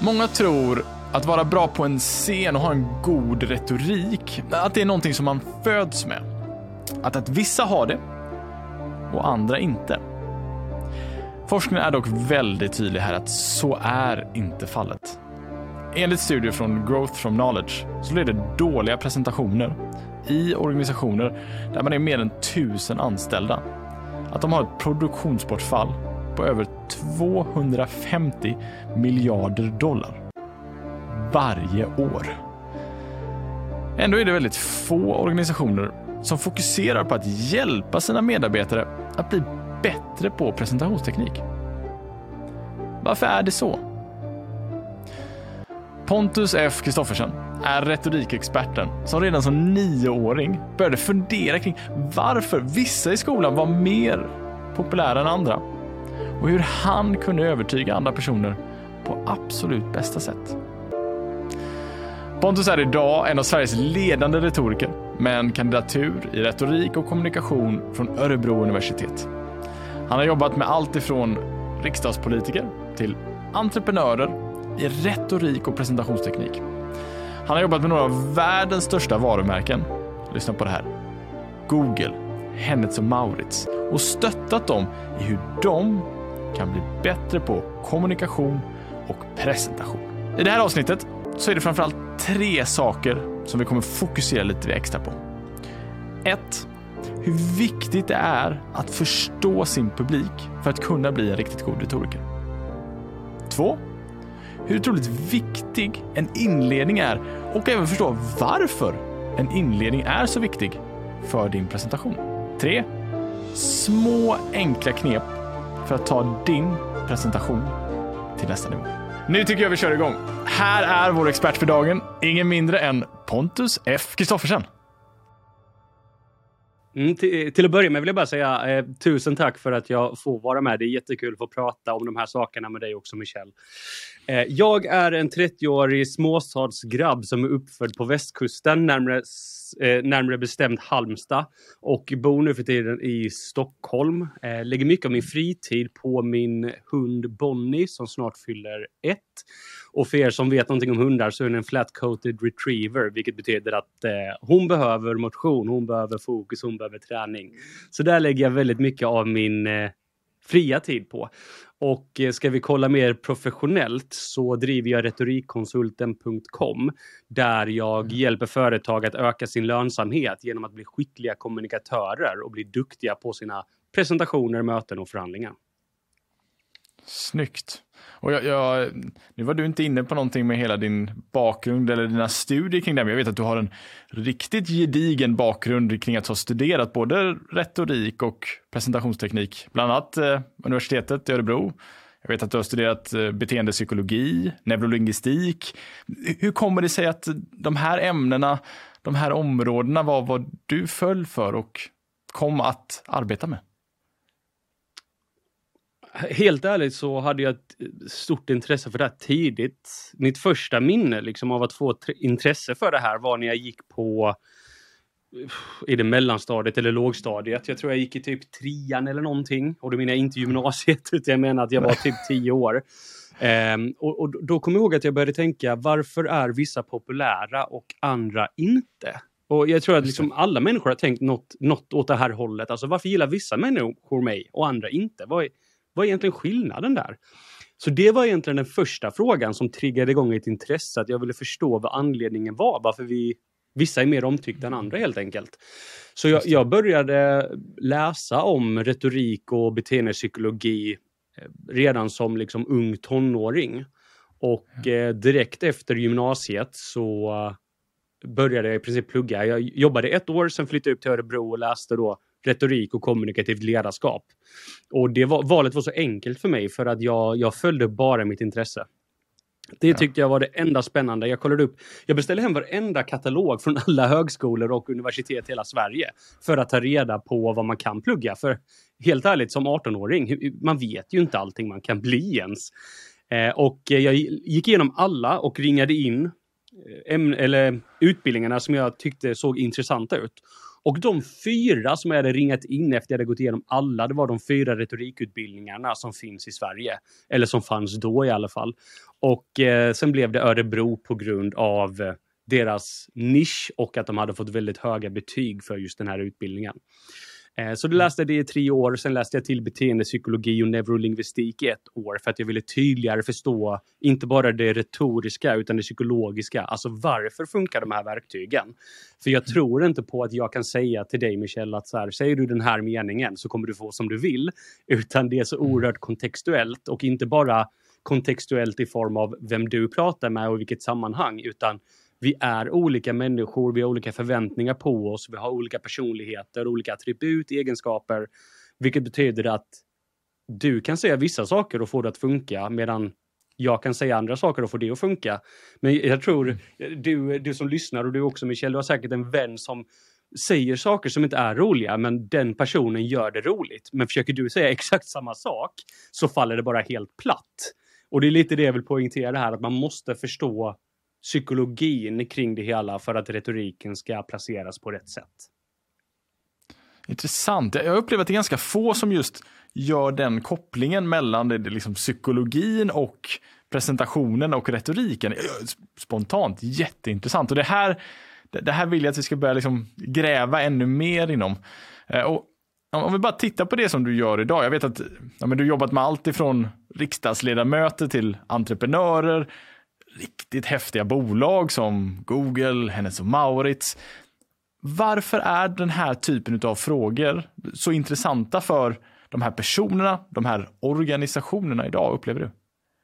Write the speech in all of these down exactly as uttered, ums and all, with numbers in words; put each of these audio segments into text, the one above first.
Många tror att vara bra på en scen och ha en god retorik, att det är någonting som man föds med. Att, att vissa har det och andra inte. Forskningen är dock väldigt tydlig här att så är inte fallet. Enligt studier från Growth from Knowledge så leder dåliga presentationer i organisationer där man är mer än tusen anställda att de har ett produktionsbortfall på över tvåhundrafemtio miljarder dollar varje år. Ändå är det väldigt få organisationer som fokuserar på att hjälpa sina medarbetare att bli bättre på presentationsteknik. Varför är det så? Pontus F. Kristoffersen är retorikexperten som redan som nioåring började fundera kring varför vissa i skolan var mer populära än andra och hur han kunde övertyga andra personer på absolut bästa sätt. Pontus är idag en av Sveriges ledande retoriker med en kandidatur i retorik och kommunikation från Örebro universitet. Han har jobbat med allt ifrån riksdagspolitiker till entreprenörer i retorik och presentationsteknik. Han har jobbat med några av världens största varumärken. Lyssna på det här. Google, Hennes och Mauritz och stöttat dem i hur de kan bli bättre på kommunikation och presentation. I det här avsnittet så är det framförallt tre saker som vi kommer fokusera lite extra på. Ett, hur viktigt det är att förstå sin publik för att kunna bli en riktigt god retoriker. Två, hur otroligt viktig en inledning är och även förstå varför en inledning är så viktig för din presentation. Tre, små enkla knep för att ta din presentation till nästa nivå. Nu tycker jag vi kör igång. Här är vår expert för dagen, ingen mindre än Pontus F. Kristoffersen. Mm, till, till att börja med vill jag bara säga eh, tusen tack för att jag får vara med. Det är jättekul att få prata om de här sakerna med dig också, Michel. Eh, jag är en trettioårig småstadsgrabb som är uppfödd på västkusten, närmare, eh, närmare bestämt Halmstad. Och bor nu för tiden i Stockholm. Eh, lägger mycket av min fritid på min hund Bonnie som snart fyller ett. Och för er som vet någonting om hundar så är den en flat-coated retriever, vilket betyder att eh, hon behöver motion, hon behöver fokus, hon behöver träning. Så där lägger jag väldigt mycket av min eh, fria tid på. Och eh, ska vi kolla mer professionellt så driver jag retorikkonsulten punkt com där jag hjälper företag att öka sin lönsamhet genom att bli skickliga kommunikatörer och bli duktiga på sina presentationer, möten och förhandlingar. Snyggt. Och jag, jag, nu var du inte inne på någonting med hela din bakgrund eller dina studier kring det. Men jag vet att du har en riktigt gedigen bakgrund kring att ha studerat både retorik och presentationsteknik. Bland annat eh, universitetet i Örebro. Jag vet att du har studerat eh, beteendepsykologi, neurolinguistik. Hur kommer det sig att de här ämnena, de här områdena var vad du föll för och kom att arbeta med? Helt ärligt så hade jag ett stort intresse för det här tidigt. Mitt första minne liksom av att få ett intresse för det här var när jag gick på i det mellanstadiet eller lågstadiet. Jag tror jag gick i typ trean eller någonting. Och då menar jag inte gymnasiet utan jag menar att jag var typ tio år. Um, och, och då kom jag ihåg att jag började tänka, varför är vissa populära och andra inte? Och jag tror att liksom alla människor har tänkt något, något åt det här hållet. Alltså varför gillar vissa människor mig och andra inte? Vad är, vad är egentligen skillnaden där? Så det var egentligen den första frågan som triggade igång ett intresse. Att jag ville förstå vad anledningen var. Varför vi, vissa är mer omtyckta än andra helt enkelt. Så jag, jag började läsa om retorik och beteendepsykologi redan som liksom ung tonåring. Och eh, direkt efter gymnasiet så började jag i princip plugga. Jag jobbade ett år, sen flyttade jag upp till Örebro och läste då retorik och kommunikativt ledarskap. Och det var, valet var så enkelt för mig för att jag, jag följde bara mitt intresse. Det tyckte jag var det enda spännande. Jag kollade upp, jag beställde hem varenda katalog från alla högskolor och universitet i hela Sverige för att ta reda på vad man kan plugga. För helt ärligt, som arton-åring, man vet ju inte allting man kan bli ens. Eh, och jag gick igenom alla och ringade in ämne, eller utbildningarna som jag tyckte såg intressanta ut. Och de fyra som jag hade ringat in efter jag hade gått igenom alla, det var de fyra retorikutbildningarna som finns i Sverige. Eller som fanns då i alla fall. Och eh, sen blev det Örebro på grund av eh, deras nisch och att de hade fått väldigt höga betyg för just den här utbildningen. Eh, så det läste det i tre år, sen läste jag till beteendepsykologi och neurolingvistik i ett år för att jag ville tydligare förstå inte bara det retoriska utan det psykologiska. Alltså varför funkar de här verktygen? För jag tror inte på att jag kan säga till dig, Michel, att så här, säger du den här meningen så kommer du få som du vill. Utan det är så oerhört kontextuellt och inte bara kontextuellt i form av vem du pratar med och i vilket sammanhang, utan vi är olika människor, vi har olika förväntningar på oss, vi har olika personligheter, olika attribut, egenskaper. Vilket betyder att du kan säga vissa saker och få det att funka, medan jag kan säga andra saker och få det att funka. Men jag tror, du, du som lyssnar och du också, Michel, du har säkert en vän som säger saker som inte är roliga, men den personen gör det roligt. Men försöker du säga exakt samma sak så faller det bara helt platt. Och det är lite det jag vill poängtera här, att man måste förstå psykologin kring det hela för att retoriken ska placeras på rätt sätt. Intressant. Jag upplever att det är ganska få som just gör den kopplingen mellan det, det liksom psykologin och presentationen och retoriken. Spontant, jätteintressant. Och det här, det här vill jag att vi ska börja liksom gräva ännu mer inom. Och om vi bara tittar på det som du gör idag. Jag vet att ja, men du har jobbat med allt ifrån riksdagsledamöter till entreprenörer, riktigt häftiga bolag som Google, Hennes och Mauritz. Varför är den här typen av frågor så intressanta för de här personerna, de här organisationerna idag, upplever du?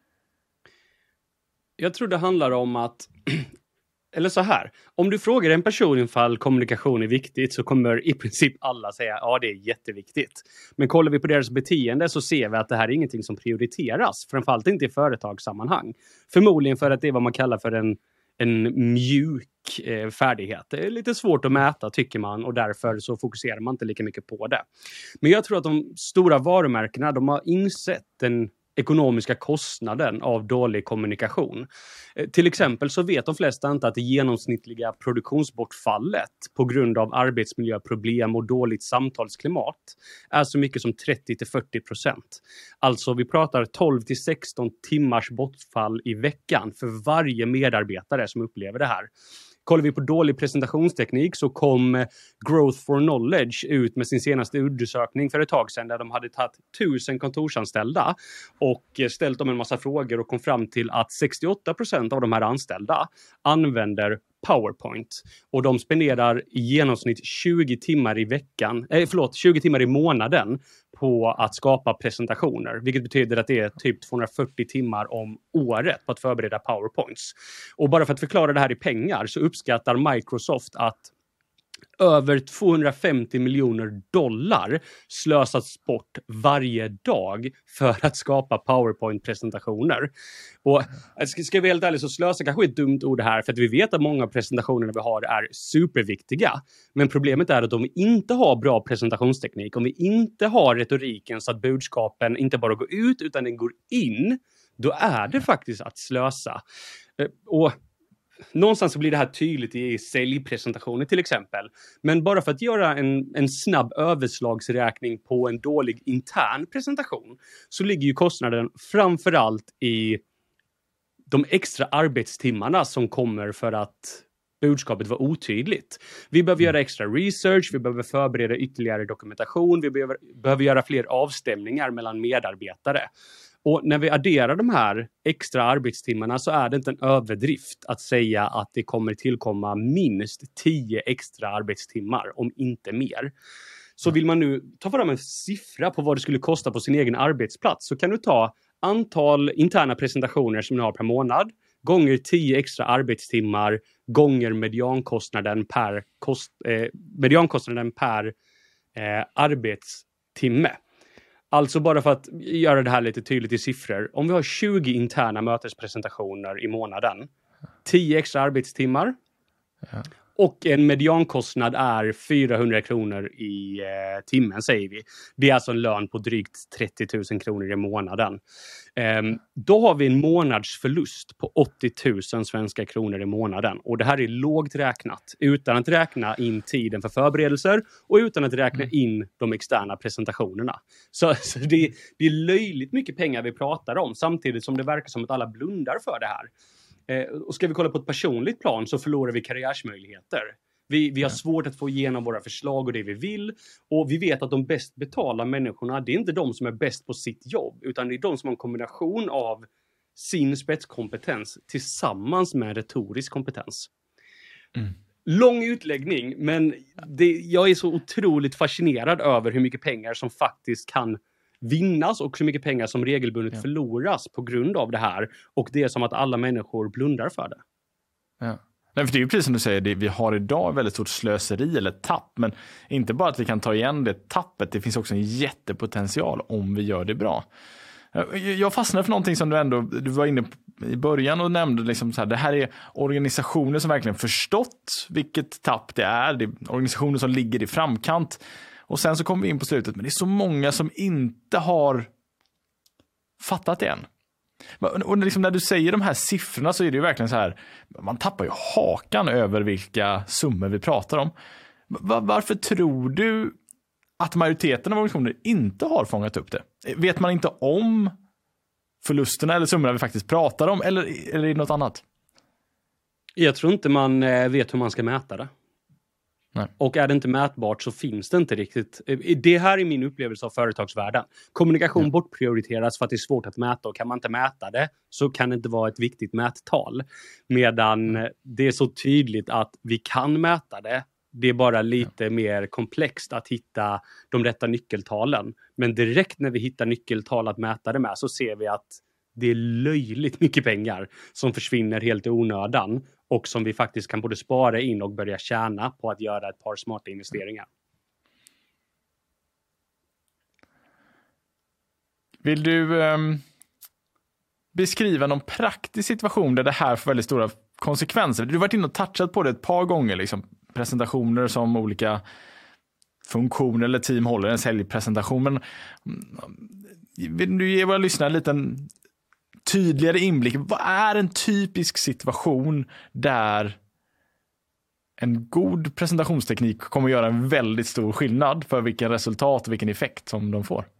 Jag tror det handlar om att, eller så här, om du frågar en person ifall kommunikation är viktigt så kommer i princip alla säga ja, det är jätteviktigt. Men kollar vi på deras beteende så ser vi att det här är ingenting som prioriteras, framförallt inte i företagssammanhang. Förmodligen för att det är vad man kallar för en, en mjuk eh, färdighet. Det är lite svårt att mäta, tycker man, och därför så fokuserar man inte lika mycket på det. Men jag tror att de stora varumärkena, de har insett den ekonomiska kostnaden av dålig kommunikation. Eh, till exempel så vet de flesta inte att det genomsnittliga produktionsbortfallet på grund av arbetsmiljöproblem och dåligt samtalsklimat är så mycket som trettio till fyrtio procent. Alltså vi pratar tolv till sexton timmars bortfall i veckan för varje medarbetare som upplever det här. Kollar vi på dålig presentationsteknik så kom Growth for Knowledge ut med sin senaste undersökning för ett tag sedan där de hade tagit tusen kontorsanställda och ställt dem en massa frågor och kom fram till att sextioåtta procent av de här anställda använder PowerPoint. Och de spenderar i genomsnitt tjugo timmar i veckan, eh, förlåt, tjugo timmar i månaden på att skapa presentationer. Vilket betyder att det är typ tvåhundrafyrtio timmar om året på att förbereda PowerPoints. Och bara för att förklara det här i pengar så uppskattar Microsoft att över tvåhundrafemtio miljoner dollar slösas bort varje dag för att skapa PowerPoint-presentationer. Och ska vi helt ärligt så slösa kanske ett dumt ord här, för att vi vet att många av presentationerna vi har är superviktiga. Men problemet är att om vi inte har bra presentationsteknik, om vi inte har retoriken så att budskapen inte bara går ut utan den går in, då är det faktiskt att slösa. Och någonstans så blir det här tydligt i säljpresentationer till exempel. Men bara för att göra en, en snabb överslagsräkning på en dålig intern presentation så ligger ju kostnaden framförallt i de extra arbetstimmarna som kommer för att budskapet var otydligt. Vi behöver göra extra research, vi behöver förbereda ytterligare dokumentation, vi behöver, behöver göra fler avstämningar mellan medarbetare. Och när vi adderar de här extra arbetstimmarna så är det inte en överdrift att säga att det kommer tillkomma minst tio extra arbetstimmar, om inte mer. Så vill man nu ta fram en siffra på vad det skulle kosta på sin egen arbetsplats så kan du ta antal interna presentationer som ni har per månad gånger tio extra arbetstimmar gånger mediankostnaden per, kost, eh, mediankostnaden per eh, arbetstimme. Alltså bara för att göra det här lite tydligt i siffror. Om vi har tjugo interna mötespresentationer i månaden, tio extra arbetstimmar. Ja. Och en mediankostnad är fyrahundra kronor i eh, timmen, säger vi. Det är alltså en lön på drygt trettio tusen kronor i månaden. Eh, då har vi en månadsförlust på åttio tusen svenska kronor i månaden. Och det här är lågt räknat. Utan att räkna in tiden för förberedelser och utan att räkna in de externa presentationerna. Så, så det, det är löjligt mycket pengar vi pratar om. Samtidigt som det verkar som att alla blundar för det här. Eh, och ska vi kolla på ett personligt plan så förlorar vi karriärsmöjligheter. Vi, vi har svårt att få igenom våra förslag och det vi vill. Och vi vet att de bäst betalda människorna, det är inte de som är bäst på sitt jobb. Utan det är de som har en kombination av sin spetskompetens tillsammans med retorisk kompetens. Mm. Lång utläggning, men det, jag är så otroligt fascinerad över hur mycket pengar som faktiskt kan vinnas och så mycket pengar som regelbundet ja. förloras på grund av det här. Och det är som att alla människor blundar för det. Ja. Nej, för det är ju precis som du säger, det, vi har idag väldigt stort slöseri eller tapp. Men inte bara att vi kan ta igen det tappet, det finns också en jättepotential om vi gör det bra. Jag fastnade för någonting som du ändå, du var inne i början och nämnde liksom så här, det här är organisationer som verkligen förstått vilket tapp det är. Det är organisationer som ligger i framkant. Och sen så kommer vi in på slutet, men det är så många som inte har fattat det än. Och liksom när du säger de här siffrorna så är det ju verkligen så här, man tappar ju hakan över vilka summor vi pratar om. Varför tror du att majoriteten av organisationer inte har fångat upp det? Vet man inte om förlusterna eller summorna vi faktiskt pratar om, eller, eller är det något annat? Jag tror inte man vet hur man ska mäta det. Nej. Och är det inte mätbart så finns det inte riktigt. Det här är min upplevelse av företagsvärlden. Kommunikation ja. bortprioriteras för att det är svårt att mäta, och kan man inte mäta det så kan det inte vara ett viktigt mättal. Medan mm. det är så tydligt att vi kan mäta det. Det är bara lite ja. mer komplext att hitta de rätta nyckeltalen. Men direkt när vi hittar nyckeltal att mäta det med så ser vi att det är löjligt mycket pengar som försvinner helt i onödan. Och som vi faktiskt kan både spara in och börja tjäna på att göra ett par smarta investeringar. Vill du um, beskriva någon praktisk situation där det här får väldigt stora konsekvenser? Du har varit inne och touchat på det ett par gånger. Liksom. Presentationer som olika funktioner eller team håller, en säljpresentation. Men vill du ge våra lyssnare en liten tydligare inblick? Vad är en typisk situation där en god presentationsteknik kommer att göra en väldigt stor skillnad för vilken resultat och vilken effekt som de får?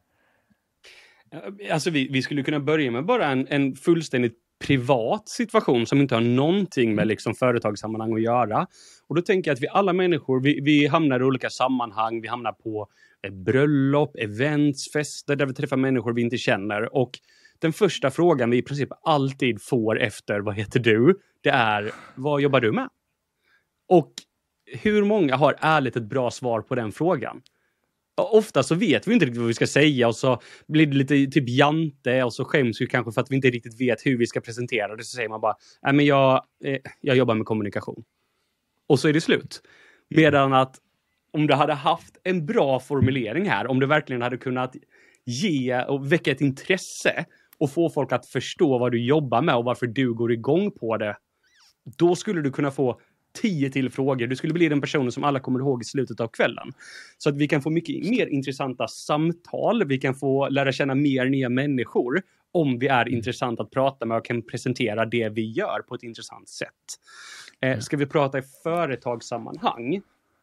Alltså vi, vi skulle kunna börja med bara en, en fullständigt privat situation som inte har någonting med liksom företagssammanhang att göra. Och då tänker jag att vi alla människor, vi, vi hamnar i olika sammanhang. Vi hamnar på ett bröllop, events, fester där vi träffar människor vi inte känner. Och den första frågan vi i princip alltid får efter vad heter du? Det är, vad jobbar du med? Och hur många har ärligt ett bra svar på den frågan? Ofta så vet vi inte riktigt vad vi ska säga och så blir det lite typ jante och så skäms vi kanske för att vi inte riktigt vet hur vi ska presentera det. Så säger man bara, nej men jag, eh, jag jobbar med kommunikation. Och så är det slut. Medan att om du hade haft en bra formulering här, om du verkligen hade kunnat ge och väcka ett intresse och få folk att förstå vad du jobbar med och varför du går igång på det, då skulle du kunna få tio till frågor. Du skulle bli den personen som alla kommer ihåg i slutet av kvällen. Så att vi kan få mycket mer intressanta samtal. Vi kan få lära känna mer nya människor om vi är intressant att prata med och kan presentera det vi gör på ett intressant sätt. Eh, ska vi prata i företagssammanhang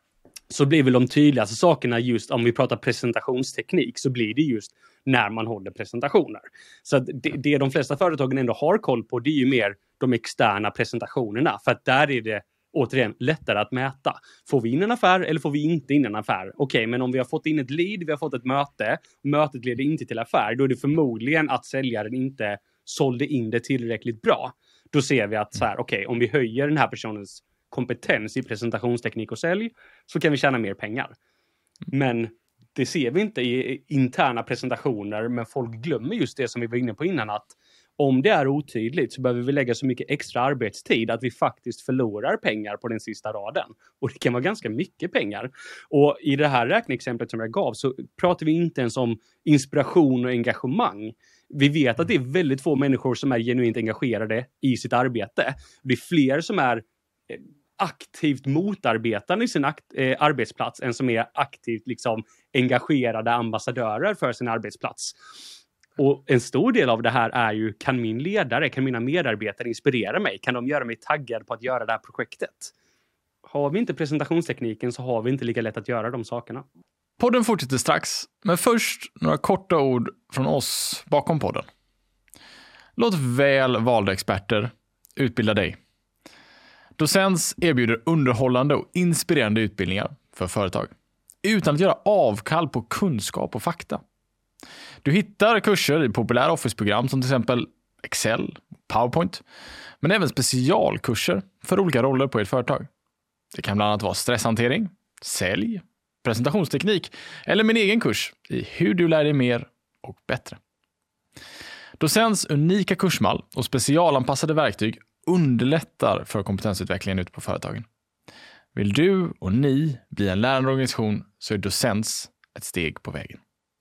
så blir väl de tydligaste sakerna just om vi pratar presentationsteknik så blir det just när man håller presentationer. Så att det, det de flesta företagen ändå har koll på det är ju mer de externa presentationerna. För att där är det återigen lättare att mäta. Får vi in en affär eller får vi inte in en affär? Okej, okay, men om vi har fått in ett lead, vi har fått ett möte, mötet leder inte till affär, då är det förmodligen att säljaren inte sålde in det tillräckligt bra. Då ser vi att så här, okej, okay, om vi höjer den här personens kompetens i presentationsteknik och sälj så kan vi tjäna mer pengar. Men det ser vi inte i interna presentationer, men folk glömmer just det som vi var inne på innan, att om det är otydligt så behöver vi lägga så mycket extra arbetstid att vi faktiskt förlorar pengar på den sista raden. Och det kan vara ganska mycket pengar. Och i det här räkneexemplet som jag gav så pratar vi inte ens om inspiration och engagemang. Vi vet att det är väldigt få människor som är genuint engagerade i sitt arbete. Det är fler som är aktivt motarbetande i sin akt, eh, arbetsplats än som är aktivt liksom engagerade ambassadörer för sin arbetsplats. Och en stor del av det här är ju, kan min ledare, kan mina medarbetare inspirera mig? Kan de göra mig taggad på att göra det här projektet? Har vi inte presentationstekniken så har vi inte lika lätt att göra de sakerna. Podden fortsätter strax, men först några korta ord från oss bakom podden. Låt väl valda experter utbilda dig. Docens erbjuder underhållande och inspirerande utbildningar för företag utan att göra avkall på kunskap och fakta. Du hittar kurser i populära Office-program som till exempel Excel, PowerPoint, men även specialkurser för olika roller på ett företag. Det kan bland annat vara stresshantering, sälj, presentationsteknik eller min egen kurs i hur du lär dig mer och bättre. Docens unika kursmall och specialanpassade verktyg underlättar för kompetensutvecklingen ute på företagen. Vill du och ni bli en lärande organisation så är Docens ett steg på vägen.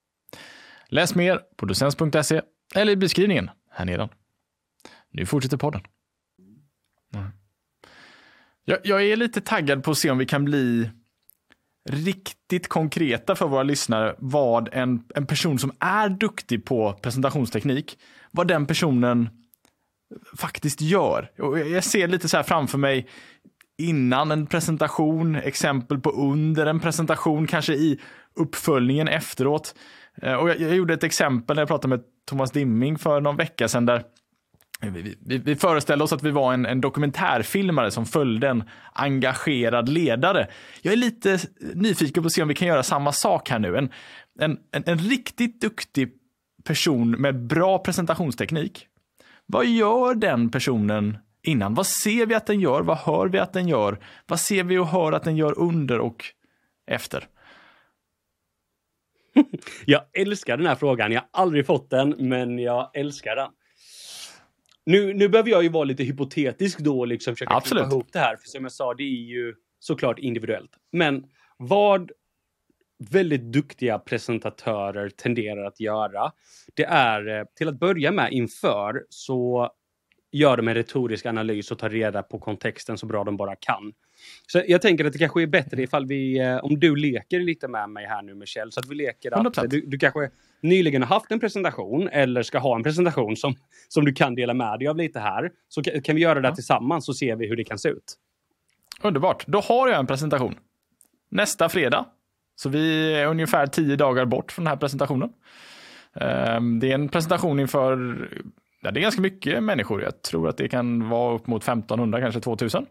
Läs mer på docens punkt se eller i beskrivningen här nedan. Nu fortsätter podden. Mm. Jag, jag är lite taggad på att se om vi kan bli riktigt konkreta för våra lyssnare vad en, en person som är duktig på presentationsteknik, vad den personen faktiskt gör. Och jag ser lite så här framför mig innan en presentation, exempel på under en presentation, kanske i uppföljningen efteråt. Och jag, jag gjorde ett exempel när jag pratade med Thomas Dimming för någon vecka sedan där vi, vi, vi föreställde oss att vi var en, en dokumentärfilmare som följde en engagerad ledare. Jag är lite nyfiken på att se om vi kan göra samma sak här nu. En, en, en, en riktigt duktig person med bra presentationsteknik. Vad gör den personen innan? Vad ser vi att den gör? Vad hör vi att den gör? Vad ser vi och hör att den gör under och efter? Jag älskar den här frågan. Jag har aldrig fått den, men jag älskar den. Nu, nu behöver jag ju vara lite hypotetisk då och liksom försöka klippa ihop det här. För som jag sa, det är ju såklart individuellt. Men vad väldigt duktiga presentatörer tenderar att göra, det är till att börja med inför så gör de en retorisk analys och tar reda på kontexten så bra de bara kan. Så jag tänker att det kanske är bättre ifall vi, om du leker lite med mig här nu, Michel, så att vi leker att du, du kanske nyligen har haft en presentation eller ska ha en presentation som, som du kan dela med dig av lite här. Så kan vi göra det ja. tillsammans så ser vi hur det kan se ut. Underbart. Då har jag en presentation. Nästa fredag. Så vi är ungefär tio dagar bort från den här presentationen. Det är en presentation inför, ja, det är ganska mycket människor. Jag tror att det kan vara upp mot femtonhundra, kanske tvåtusen.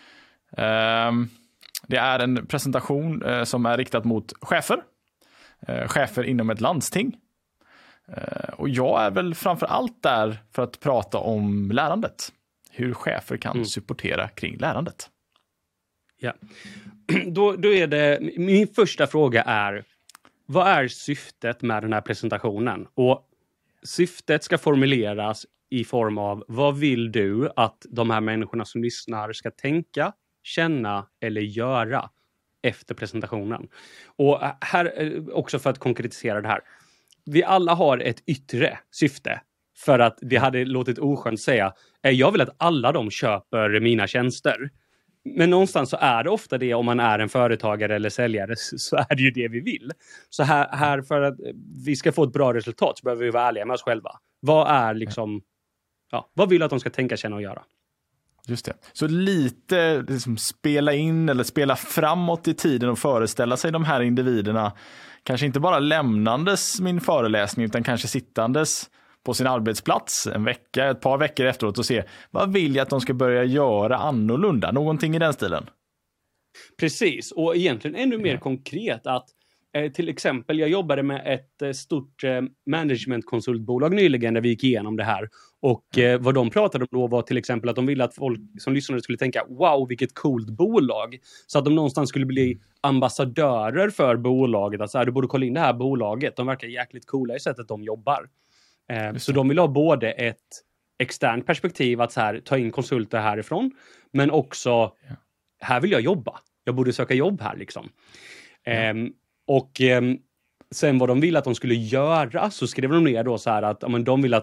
Det är en presentation som är riktad mot chefer. Chefer inom ett landsting. Och jag är väl framför allt där för att prata om lärandet. Hur chefer kan mm. supportera kring lärandet. Ja. Då, då är det, min första fråga är, vad är syftet med den här presentationen? Och syftet ska formuleras i form av, vad vill du att de här människorna som lyssnar ska tänka, känna eller göra efter presentationen? Och här också för att konkretisera det här. Vi alla har ett yttre syfte, för att det hade låtit oskönt att säga, jag vill att alla de köper mina tjänster. Men någonstans så är det ofta det, om man är en företagare eller säljare, så är det ju det vi vill. Så här, här för att vi ska få ett bra resultat så behöver vi vara ärliga med oss själva. Vad är liksom, ja, vad vill att de ska tänka, känna och göra? Just det. Så lite liksom spela in eller spela framåt i tiden och föreställa sig de här individerna. Kanske inte bara lämnandes min föreläsning utan kanske sittandes på sin arbetsplats en vecka, ett par veckor efteråt och se vad vill jag att de ska börja göra annorlunda. Någonting i den stilen. Precis, och egentligen ännu mer ja. konkret att eh, till exempel jag jobbade med ett eh, stort eh, managementkonsultbolag nyligen där vi gick igenom det här. Och eh, vad de pratade om då var till exempel att de ville att folk som lyssnade skulle tänka, wow, vilket coolt bolag. Så att de någonstans skulle bli ambassadörer för bolaget. Alltså, du borde kolla in det här bolaget. De verkar jäkligt coola i sättet de jobbar. Eh, så de vill ha både ett externt perspektiv att så här, ta in konsulter härifrån, men också ja. här vill jag jobba. Jag borde söka jobb här liksom. Ja. Eh, och eh, sen vad de vill att de skulle göra, så skrev de ner då så här att ja, men de vill att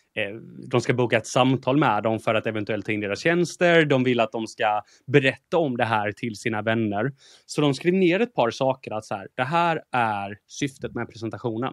eh, de ska boka ett samtal med dem för att eventuellt ta in deras tjänster. De vill att de ska berätta om det här till sina vänner. Så de skriver ner ett par saker att så här, det här är syftet med presentationen.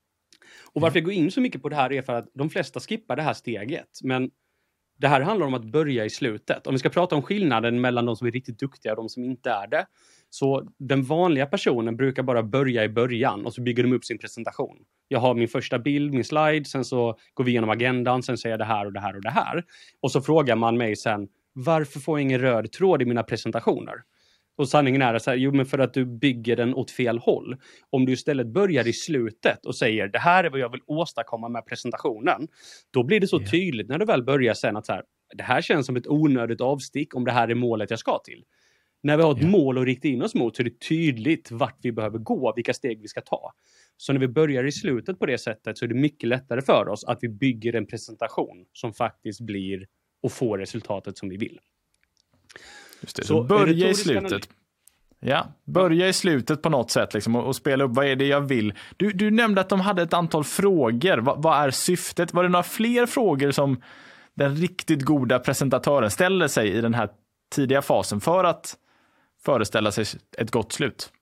Och varför jag går in så mycket på det här är för att de flesta skippar det här steget. Men det här handlar om att börja i slutet. Om vi ska prata om skillnaden mellan de som är riktigt duktiga och de som inte är det. Så den vanliga personen brukar bara börja i början och så bygger de upp sin presentation. Jag har min första bild, min slide, sen så går vi igenom agendan, sen säger jag det här och det här och det här. Och så frågar man mig sen, varför får jag ingen röd tråd i mina presentationer? Och sanningen är så här, jo men för att du bygger den åt fel håll. Om du istället börjar i slutet och säger, det här är vad jag vill åstadkomma med presentationen. Då blir det så yeah. tydligt när du väl börjar sen att så här, det här känns som ett onödigt avstick om det här är målet jag ska till. När vi har ett yeah. mål att rikta in oss mot så är det tydligt vart vi behöver gå, vilka steg vi ska ta. Så när vi börjar i slutet på det sättet så är det mycket lättare för oss att vi bygger en presentation som faktiskt blir och får resultatet som vi vill. Just det. Så, så börja i slutet. Ja, börja i slutet på något sätt liksom, och, och spela upp vad är det jag vill. Du, du nämnde att de hade ett antal frågor. Va, vad är syftet? Var det några fler frågor som den riktigt goda presentatören ställer sig i den här tidiga fasen för att föreställa sig ett gott slut?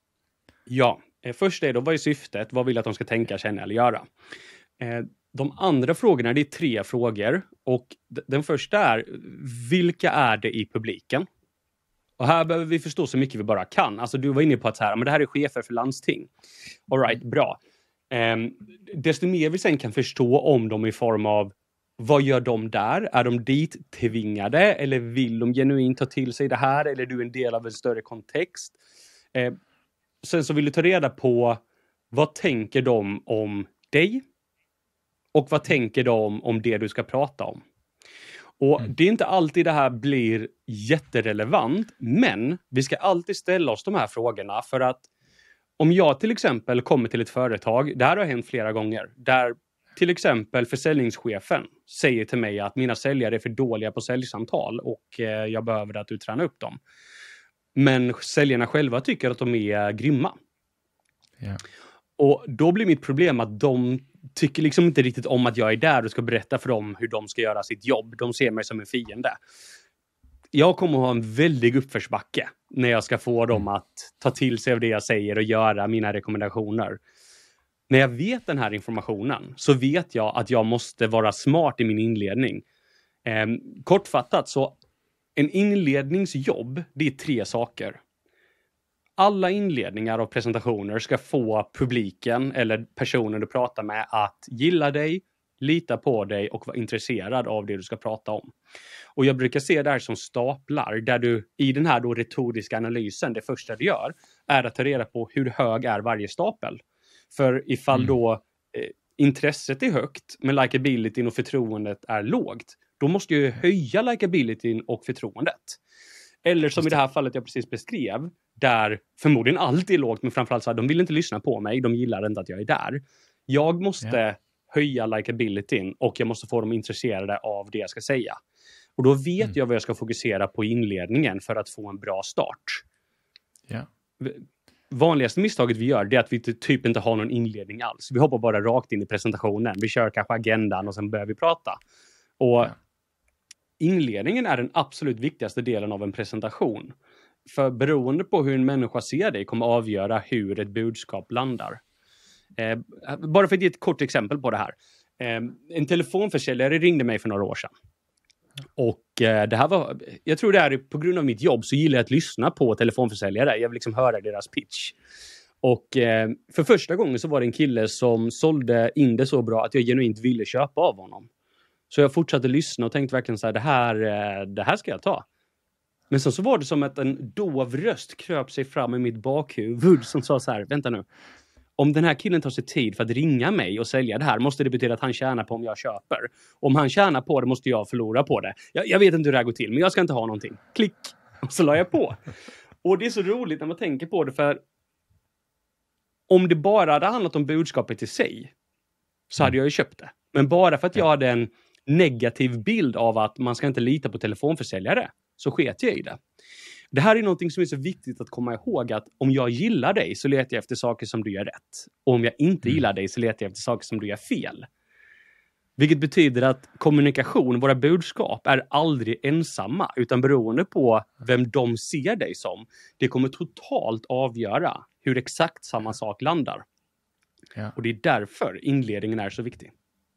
Ja, först är då, vad är syftet? Vad vill att de ska tänka, känna eller göra? Eh, de andra frågorna, det är tre frågor. Och d- den första är, vilka är det i publiken? Och här behöver vi förstå så mycket vi bara kan. Alltså du var inne på att så här, men det här är chefer för landsting. All right, bra. Eh, desto mer vi sen kan förstå om dem i form av, vad gör de där? Är de dit tvingade? Eller vill de genuint ta till sig det här? Eller är du en del av en större kontext? Eh, sen så vill du ta reda på, vad tänker de om dig? Och vad tänker de om det du ska prata om? Och mm. det är inte alltid det här blir jätterelevant. Men vi ska alltid ställa oss de här frågorna. För att om jag till exempel kommer till ett företag. Det här har hänt flera gånger. Där till exempel försäljningschefen säger till mig att mina säljare är för dåliga på säljsamtal. Och eh, jag behöver att du tränar upp dem. Men säljarna själva tycker att de är grymma. Yeah. Och då blir mitt problem att de tycker liksom inte riktigt om att jag är där och ska berätta för dem hur de ska göra sitt jobb. De ser mig som en fiende. Jag kommer att ha en väldig uppförsbacke när jag ska få dem att ta till sig av det jag säger och göra mina rekommendationer. När jag vet den här informationen så vet jag att jag måste vara smart i min inledning. Eh, kortfattat så, en inledningsjobb, det är tre saker. Alla inledningar och presentationer ska få publiken eller personen du pratar med att gilla dig, lita på dig och vara intresserad av det du ska prata om. Och jag brukar se det här som staplar där du i den här då retoriska analysen, det första du gör är att ta reda på hur hög är varje stapel. För ifall mm. då eh, intresset är högt men likabilityn och förtroendet är lågt, då måste jag höja likabilityn och förtroendet. Eller som i det här fallet jag precis beskrev, där förmodligen allt är lågt, men framförallt så här, de vill inte lyssna på mig, de gillar inte att jag är där. Jag måste yeah. höja likabilityn och jag måste få dem intresserade av det jag ska säga. Och då vet mm. jag vad jag ska fokusera på i inledningen för att få en bra start. Yeah. Vanligaste misstaget vi gör det är att vi typ inte har någon inledning alls. Vi hoppar bara rakt in i presentationen. Vi kör kanske agendan och sen börjar vi prata. Och yeah. inledningen är den absolut viktigaste delen av en presentation. För beroende på hur en människa ser dig kommer avgöra hur ett budskap landar. Eh, bara för att ge ett kort exempel på det här. Eh, en telefonförsäljare ringde mig för några år sedan. Och eh, det här var, jag tror det är på grund av mitt jobb så gillar jag att lyssna på telefonförsäljare. Jag vill liksom höra deras pitch. Och eh, för första gången så var det en kille som sålde in det så bra att jag genuint ville köpa av honom. Så jag fortsatte lyssna och tänkte verkligen så här, det här, det här ska jag ta. Men så, så var det som att en dov röst kröp sig fram i mitt bakhuvud som sa så här, vänta nu. Om den här killen tar sig tid för att ringa mig och sälja det här måste det betyda att han tjänar på om jag köper. Om han tjänar på det måste jag förlora på det. Jag, jag vet inte hur det här går till men jag ska inte ha någonting. Klick! Och så la jag på. Och det är så roligt när man tänker på det för om det bara hade handlat om budskapet i sig så hade jag ju köpt det. Men bara för att jag hade en negativ bild av att man ska inte lita på telefonförsäljare så sket jag i det. Det här är någonting som är så viktigt att komma ihåg att om jag gillar dig så letar jag efter saker som du gör rätt. Och om jag inte gillar dig så letar jag efter saker som du gör fel. Vilket betyder att kommunikation, våra budskap, är aldrig ensamma. Utan beroende på vem de ser dig som. Det kommer totalt avgöra hur exakt samma sak landar. Ja. Och det är därför inledningen är så viktig.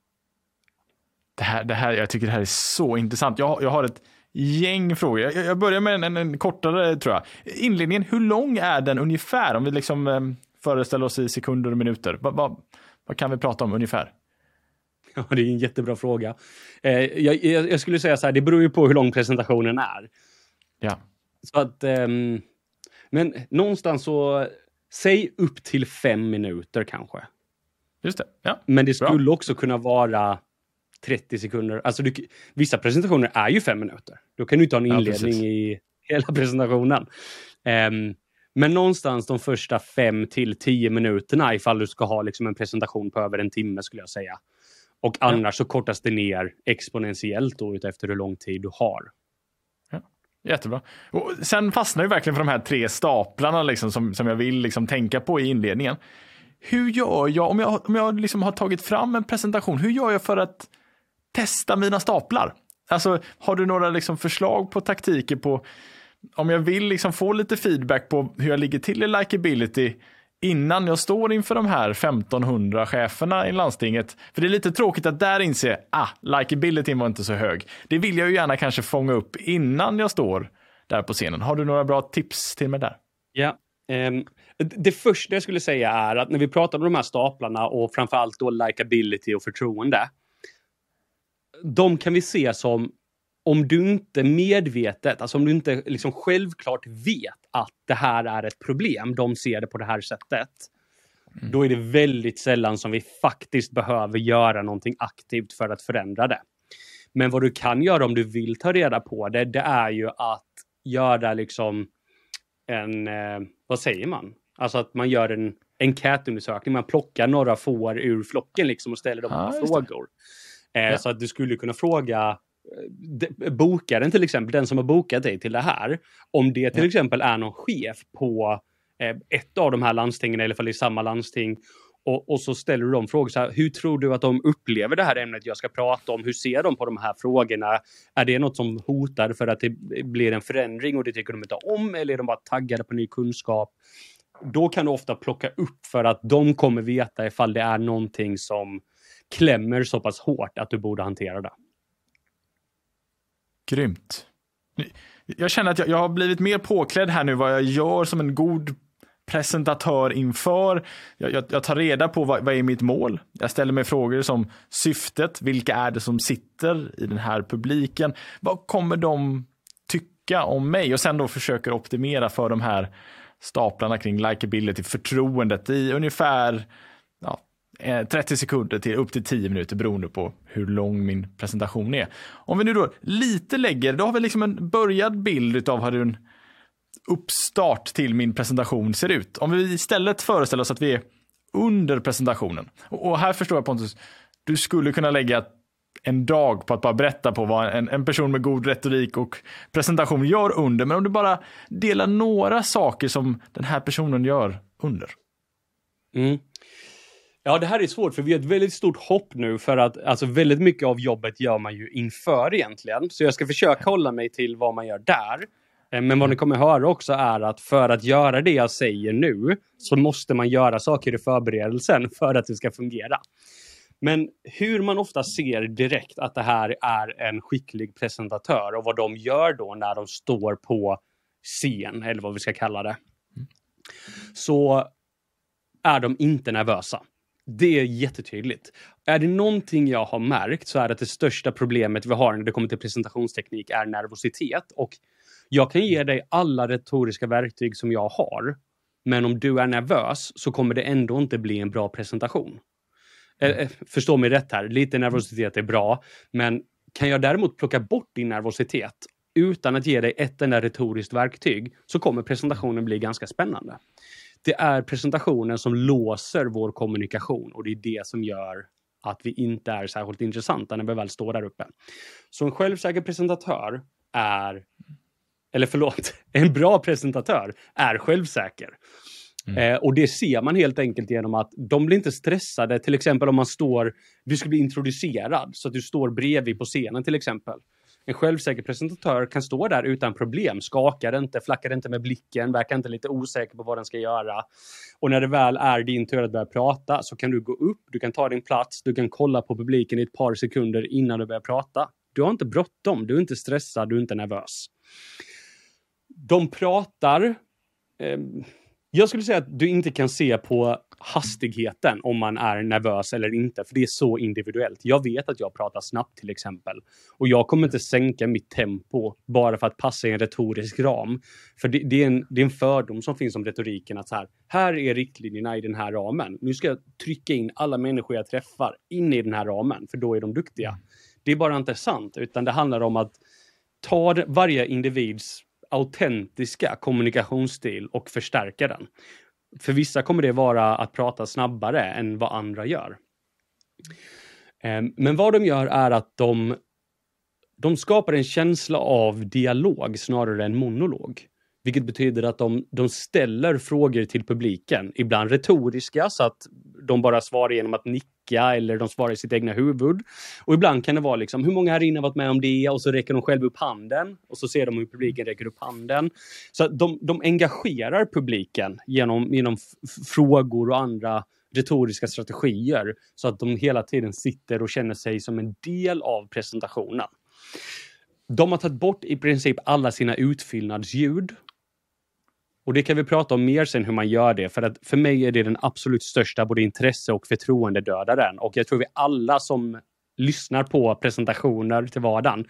Det här, det här, jag tycker det här är så intressant. Jag, jag har ett gäng frågor. Jag, jag börjar med en, en, en kortare, tror jag. Inledningen, hur lång är den ungefär? Om vi liksom eh, föreställer oss i sekunder och minuter. Va, va, vad kan vi prata om ungefär? Ja, det är en jättebra fråga. Eh, jag, jag, jag skulle säga så här, det beror ju på hur lång presentationen är. Ja. Så att, ehm, men någonstans så, säg upp till fem minuter kanske. Just det, ja. Men det skulle Bra. också kunna vara trettio sekunder. Alltså du, vissa presentationer är ju fem minuter. Då kan du inte ha en inledning ja, i hela presentationen. Um, men någonstans de första fem till tio minuterna ifall du ska ha liksom en presentation på över en timme skulle jag säga. Och annars ja. så kortas det ner exponentiellt då utefter hur lång tid du har. Ja. Jättebra. Och sen fastnar ju verkligen för de här tre staplarna liksom, som, som jag vill liksom tänka på i inledningen. Hur gör jag, om jag, om jag liksom har tagit fram en presentation, hur gör jag för att testa mina staplar? Alltså, har du några liksom förslag på taktiker på, om jag vill liksom få lite feedback på hur jag ligger till i likability innan jag står inför de här femtonhundra cheferna i landstinget? För det är lite tråkigt att där inse, ah, likability var inte så hög. Det vill jag ju gärna kanske fånga upp innan jag står där på scenen. Har du några bra tips till mig där? Ja, um, det första jag skulle säga är att när vi pratar om de här staplarna och framförallt då likability och förtroende, de kan vi se som om du inte medvetet, alltså om du inte liksom självklart vet att det här är ett problem, de ser det på det här sättet, mm. då är det väldigt sällan som vi faktiskt behöver göra någonting aktivt för att förändra det. Men vad du kan göra om du vill ta reda på det, det är ju att göra liksom en, eh, vad säger man? Alltså att man gör en enkätundersökning, man plockar några får ur flocken liksom och ställer dem ah, några frågor. Eh, ja. Så att du skulle kunna fråga bokaren till exempel, den som har bokat dig till det här, om det till ja. exempel är någon chef på eh, ett av de här landstingen, i alla fall i samma landsting, och, och så ställer du de frågor så här: hur tror du att de upplever det här ämnet jag ska prata om? Hur ser de på de här frågorna? Är det något som hotar för att det blir en förändring och det tycker de inte om, eller är de bara taggade på ny kunskap? Då kan du ofta plocka upp för att de kommer veta ifall det är någonting som klämmer så pass hårt att du borde hantera det. Grymt. Jag känner att jag, jag har blivit mer påklädd här nu vad jag gör som en god presentatör inför. Jag, jag, jag tar reda på vad, vad är mitt mål. Jag ställer mig frågor som syftet. Vilka är det som sitter i den här publiken? Vad kommer de tycka om mig? Och sen då försöker optimera för de här staplarna kring likability, förtroendet i ungefär ja, trettio sekunder till upp till tio minuter beroende på hur lång min presentation är. Om vi nu då lite lägger, då har vi liksom en börjad bild av hur en uppstart till min presentation ser ut. Om vi istället föreställer oss att vi är under presentationen. Och här förstår jag, Pontus, du skulle kunna lägga en dag på att bara berätta på vad en, en person med god retorik och presentation gör under. Men om du bara delar några saker som den här personen gör under. Mm. Ja, det här är svårt för vi har ett väldigt stort hopp nu för att alltså väldigt mycket av jobbet gör man ju inför egentligen. Så jag ska försöka hålla mig till vad man gör där. Men vad ni kommer höra också är att för att göra det jag säger nu så måste man göra saker i förberedelsen för att det ska fungera. Men hur man ofta ser direkt att det här är en skicklig presentatör och vad de gör då när de står på scen eller vad vi ska kalla det. Så är de inte nervösa. Det är jättetydligt. Är det någonting jag har märkt så är det att det största problemet vi har när det kommer till presentationsteknik är nervositet. Och jag kan ge dig alla retoriska verktyg som jag har. Men om du är nervös så kommer det ändå inte bli en bra presentation. Mm. Förstå mig rätt här. Lite nervositet är bra. Men kan jag däremot plocka bort din nervositet utan att ge dig ett enda retoriskt verktyg så kommer presentationen bli ganska spännande. Det är presentationen som låser vår kommunikation och det är det som gör att vi inte är särskilt intressanta när vi väl står där uppe. Så en självsäker presentatör är, eller förlåt, en bra presentatör är självsäker. Mm. Eh, och det ser man helt enkelt genom att de blir inte stressade. Till exempel om man står, du ska bli introducerad så att du står bredvid på scenen till exempel. En självsäker presentatör kan stå där utan problem, skakar inte, flackar inte med blicken, verkar inte lite osäker på vad den ska göra. Och när det väl är din tur att börja prata så kan du gå upp, du kan ta din plats, du kan kolla på publiken i ett par sekunder innan du börjar prata. Du har inte bråttom, du är inte stressad, du är inte nervös. De pratar... Eh, jag skulle säga att du inte kan se på hastigheten om man är nervös eller inte. För det är så individuellt. Jag vet att jag pratar snabbt till exempel. Och jag kommer inte sänka mitt tempo bara för att passa i en retorisk ram. För det, det, är, en, det är en fördom som finns om retoriken. Att så här, här är riktlinjerna i den här ramen. Nu ska jag trycka in alla människor jag träffar in i den här ramen. För då är de duktiga. Det är bara inte sant. Utan det handlar om att ta varje individs autentiska kommunikationsstil och förstärka den. För vissa kommer det vara att prata snabbare än vad andra gör. Men vad de gör är att de, de skapar en känsla av dialog snarare än monolog. Vilket betyder att de, de ställer frågor till publiken. Ibland retoriska så att de bara svarar genom att nicka eller de svarar i sitt egna huvud. Och ibland kan det vara liksom, hur många här inne har varit med om det? Och så räcker de själv upp handen. Och så ser de hur publiken räcker upp handen. Så att de, de engagerar publiken genom, genom f- frågor och andra retoriska strategier. Så att de hela tiden sitter och känner sig som en del av presentationen. De har tagit bort i princip alla sina utfyllnadsljud. Och det kan vi prata om mer sen hur man gör det. För att för mig är det den absolut största både intresse- och förtroendedödaren. Och jag tror vi alla som lyssnar på presentationer till vardagen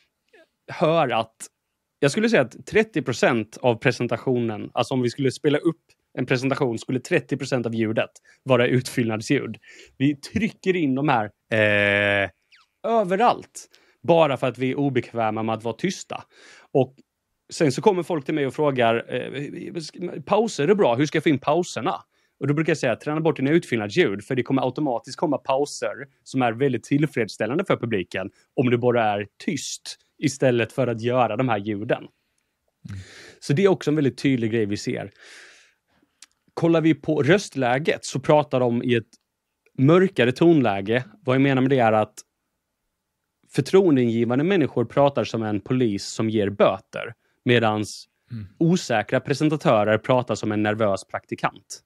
hör att, jag skulle säga att trettio procent av presentationen, alltså om vi skulle spela upp en presentation skulle trettio procent av ljudet vara utfyllnadsljud. Vi trycker in de här eh, överallt. Bara för att vi är obekväma med att vara tysta. Och sen så kommer folk till mig och frågar, eh, pauser är bra, hur ska jag få in pauserna? Och då brukar jag säga, träna bort dina utfyllnadsljud, för det kommer automatiskt komma pauser som är väldigt tillfredsställande för publiken om du bara är tyst istället för att göra de här ljuden. Mm. Så det är också en väldigt tydlig grej vi ser. Kollar vi på röstläget så pratar de i ett mörkare tonläge. Vad jag menar med det är att förtroendeingivande människor pratar som en polis som ger böter. Medan mm. osäkra presentatörer pratar som en nervös praktikant.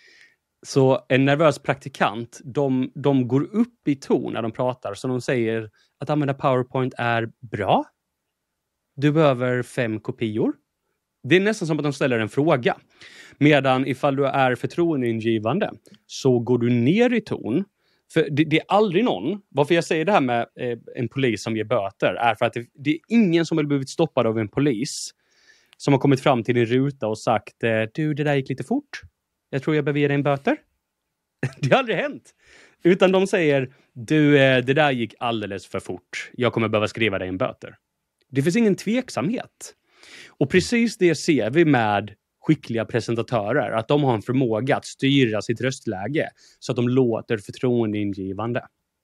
Så en nervös praktikant, de, de går upp i ton när de pratar. Så de säger att använda PowerPoint är bra. Du behöver fem kopior. Det är nästan som att de ställer en fråga. Medan ifall du är förtroendeingivande så går du ner i ton. För det, det är aldrig någon, varför jag säger det här med eh, en polis som ger böter är för att det, det är ingen som har blivit stoppad av en polis som har kommit fram till din ruta och sagt eh, du, det där gick lite fort. Jag tror jag behöver ge dig en böter. Det har aldrig hänt. Utan de säger, du, eh, det där gick alldeles för fort. Jag kommer behöva skriva dig en böter. Det finns ingen tveksamhet. Och precis det ser vi med skickliga presentatörer, att de har en förmåga att styra sitt röstläge så att de låter förtroendeingivande.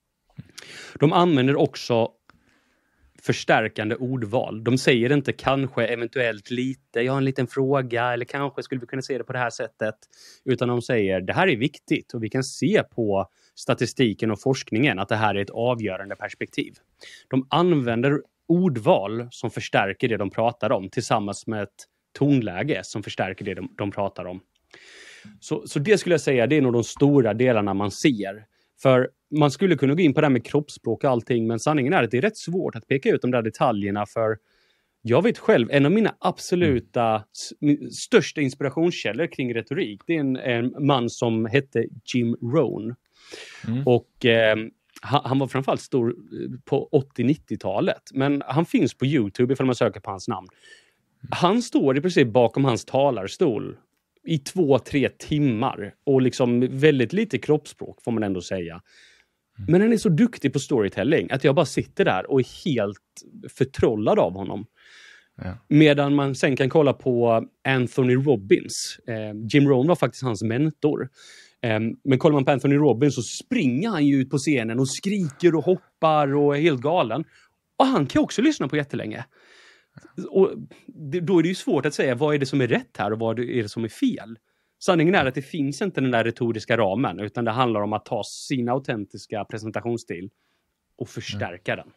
De använder också förstärkande ordval. De säger inte kanske, eventuellt, lite, jag har en liten fråga eller kanske skulle vi kunna se det på det här sättet, utan de säger det här är viktigt och vi kan se på statistiken och forskningen att det här är ett avgörande perspektiv. De använder ordval som förstärker det de pratar om tillsammans med ett tonläge som förstärker det de, de pratar om. Så, så det skulle jag säga, det är nog de stora delarna man ser. För man skulle kunna gå in på det här med kroppsspråk och allting, men sanningen är att det är rätt svårt att peka ut de där detaljerna. För jag vet själv, en av mina absoluta mm. största inspirationskällor kring retorik, det är en, en man som hette Jim Rohn. Mm. Och eh, han, han var framförallt stor på åttio-nittiotalet, men han finns på YouTube ifall man söker på hans namn. Han står i princip bakom hans talarstol i två, tre timmar. Och liksom väldigt lite kroppsspråk får man ändå säga. Men han är så duktig på storytelling att jag bara sitter där och är helt förtrollad av honom. Ja. Medan man sen kan kolla på Anthony Robbins. Eh, Jim Rohn var faktiskt hans mentor. Eh, men kollar man på Anthony Robbins så springer han ju ut på scenen och skriker och hoppar och är helt galen. Och han kan också lyssna på jättelänge. Och det, då är det ju svårt att säga vad är det som är rätt här och vad är det som är fel. Sanningen är att det finns inte den där retoriska ramen, utan det handlar om att ta sin autentiska presentationsstil och förstärka mm. den.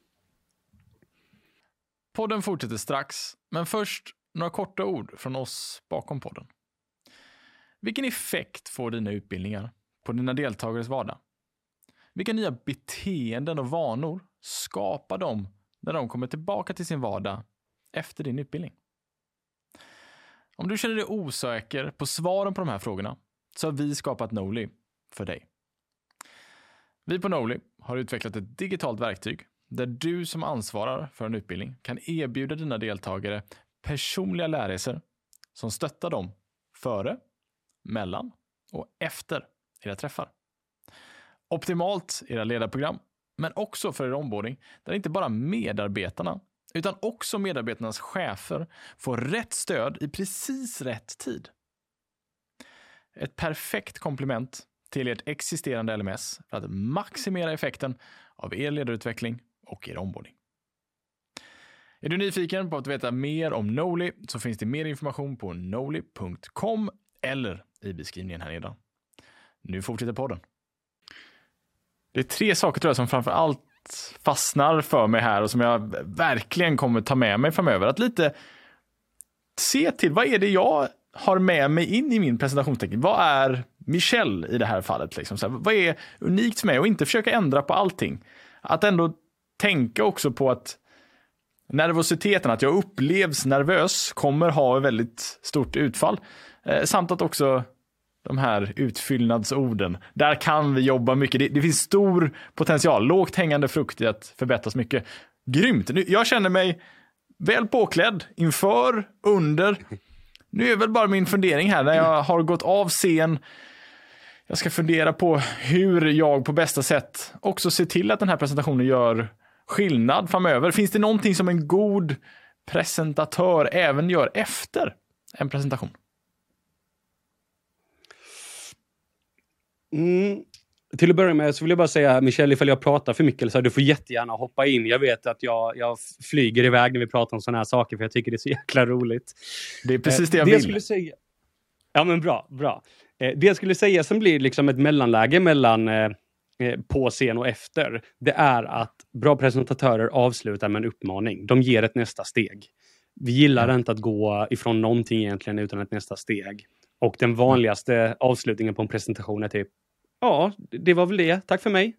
Podden fortsätter strax, men först några korta ord från oss bakom podden. Vilken effekt får dina utbildningar på dina deltagares vardag? Vilka nya beteenden och vanor skapar de när de kommer tillbaka till sin vardag efter din utbildning? Om du känner dig osäker på svaren på de här frågorna så har vi skapat Knowly för dig. Vi på Knowly har utvecklat ett digitalt verktyg där du som ansvarar för en utbildning kan erbjuda dina deltagare personliga lärresor som stöttar dem före, mellan och efter era träffar. Optimalt era ledarprogram, men också för er onboarding där inte bara medarbetarna utan också medarbetarnas chefer får rätt stöd i precis rätt tid. Ett perfekt komplement till ert existerande L M S för att maximera effekten av er ledarutveckling och er onboarding. Är du nyfiken på att veta mer om Knowly så finns det mer information på knowly punkt com eller i beskrivningen här nedan. Nu fortsätter podden. Det är tre saker tror jag som framför allt fastnar för mig här och som jag verkligen kommer ta med mig framöver. Att lite se till vad är det jag har med mig in i min presentationsteknik. Vad är Michelle i det här fallet? Liksom? Så här, vad är unikt för mig och inte försöka ändra på allting. Att ändå tänka också på att nervositeten, att jag upplevs nervös kommer ha ett väldigt stort utfall. Eh, samt att också de här utfyllnadsorden, där kan vi jobba mycket. Det, det finns stor potential, lågt hängande frukt i att förbättras mycket. Grymt. Nu, jag känner mig väl påklädd inför, under. Nu är väl bara min fundering här när jag har gått av scen. Jag ska fundera på hur jag på bästa sätt också ser till att den här presentationen gör skillnad framöver. Finns det någonting som en god presentatör även gör efter en presentation? Mm. Till att börja med så vill jag bara säga, Michelle, ifall jag pratar för mycket så du får jättegärna hoppa in. Jag vet att jag, jag flyger iväg när vi pratar om sådana här saker för jag tycker det är så jäkla roligt. Det är precis det jag det vill. Jag skulle säga, ja men bra, bra. Det jag skulle säga som blir liksom ett mellanläge mellan eh, på scen och efter, det är att bra presentatörer avslutar med en uppmaning. De ger ett nästa steg. Vi gillar mm. inte att gå ifrån någonting egentligen utan ett nästa steg. Och den vanligaste mm. avslutningen på en presentation är typ ja, det var väl det. Tack för mig.